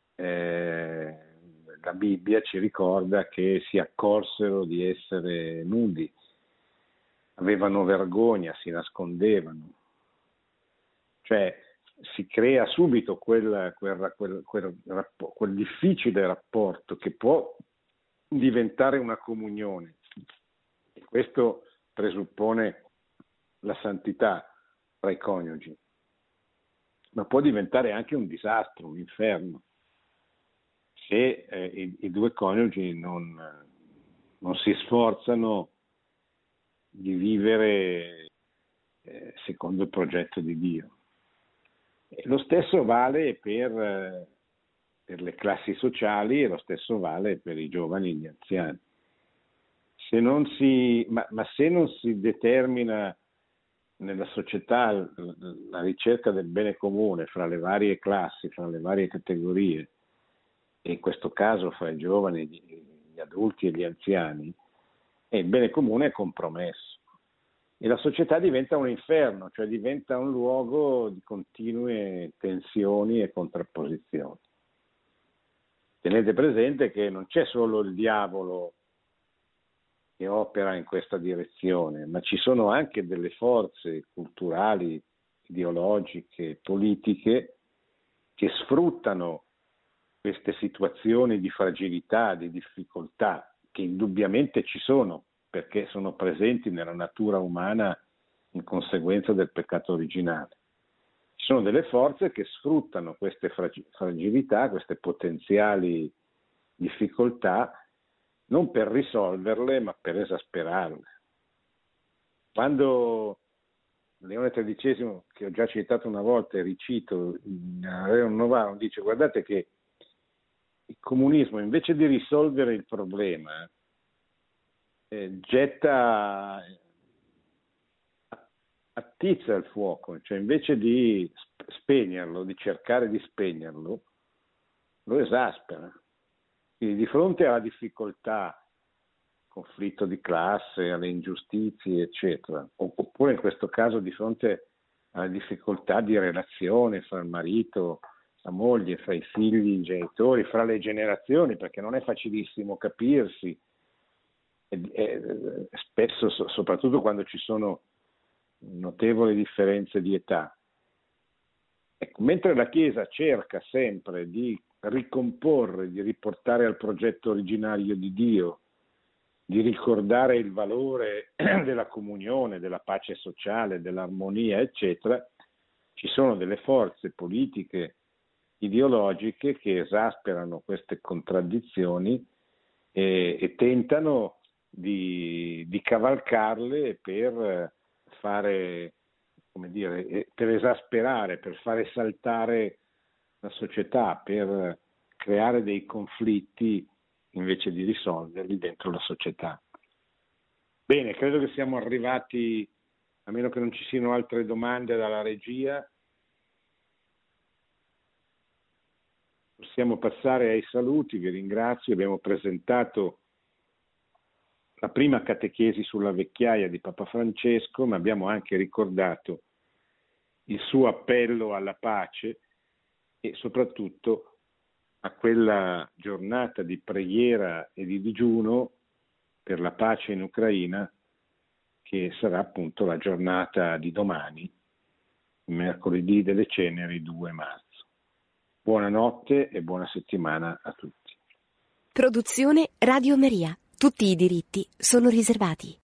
eh, la Bibbia ci ricorda che si accorsero di essere nudi, avevano vergogna, si nascondevano. Cioè si crea subito quel, quel, quel, quel, quel difficile rapporto che può diventare una comunione. E questo presuppone la santità tra i coniugi, ma può diventare anche un disastro, un inferno, se eh, i, i due coniugi non, non si sforzano di vivere eh, secondo il progetto di Dio. E lo stesso vale per, eh, per le classi sociali, e lo stesso vale per i giovani e gli anziani. Se non si, ma, ma se non si determina nella società la ricerca del bene comune fra le varie classi, fra le varie categorie, e in questo caso fra i giovani, gli adulti e gli anziani, e il bene comune è compromesso. E la società diventa un inferno, cioè diventa un luogo di continue tensioni e contrapposizioni. Tenete presente che non c'è solo il diavolo che opera in questa direzione, ma ci sono anche delle forze culturali, ideologiche, politiche che sfruttano queste situazioni di fragilità, di difficoltà, che indubbiamente ci sono, perché sono presenti nella natura umana in conseguenza del peccato originale. Ci sono delle forze che sfruttano queste fragilità, queste potenziali difficoltà, non per risolverle, ma per esasperarle. Quando Leone tredicesimo, che ho già citato una volta e ricito, in Rerum Novarum, dice: guardate che il comunismo, invece di risolvere il problema, eh, getta, attizza il fuoco, cioè invece di spegnerlo, di cercare di spegnerlo, lo esaspera. Quindi di fronte alla difficoltà, conflitto di classe, alle ingiustizie, eccetera, oppure in questo caso di fronte alle difficoltà di relazione fra il marito, la moglie, fra i figli, i genitori, fra le generazioni, perché non è facilissimo capirsi, e, e, spesso, so, soprattutto quando ci sono notevoli differenze di età. Ecco, mentre la Chiesa cerca sempre di ricomporre, di riportare al progetto originario di Dio, di ricordare il valore della comunione, della pace sociale, dell'armonia, eccetera, ci sono delle forze politiche, ideologiche che esasperano queste contraddizioni e, e tentano di, di cavalcarle per fare, come dire, per esasperare, per fare saltare la società, per creare dei conflitti invece di risolverli dentro la società. Bene, credo che siamo arrivati, a meno che non ci siano altre domande dalla regia, possiamo passare ai saluti. Vi ringrazio, abbiamo presentato la prima catechesi sulla vecchiaia di Papa Francesco, ma abbiamo anche ricordato il suo appello alla pace e soprattutto a quella giornata di preghiera e di digiuno per la pace in Ucraina, che sarà appunto la giornata di domani, mercoledì delle Ceneri, due marzo. Buonanotte e buona settimana a tutti. Produzione Radio Maria. Tutti i diritti sono riservati.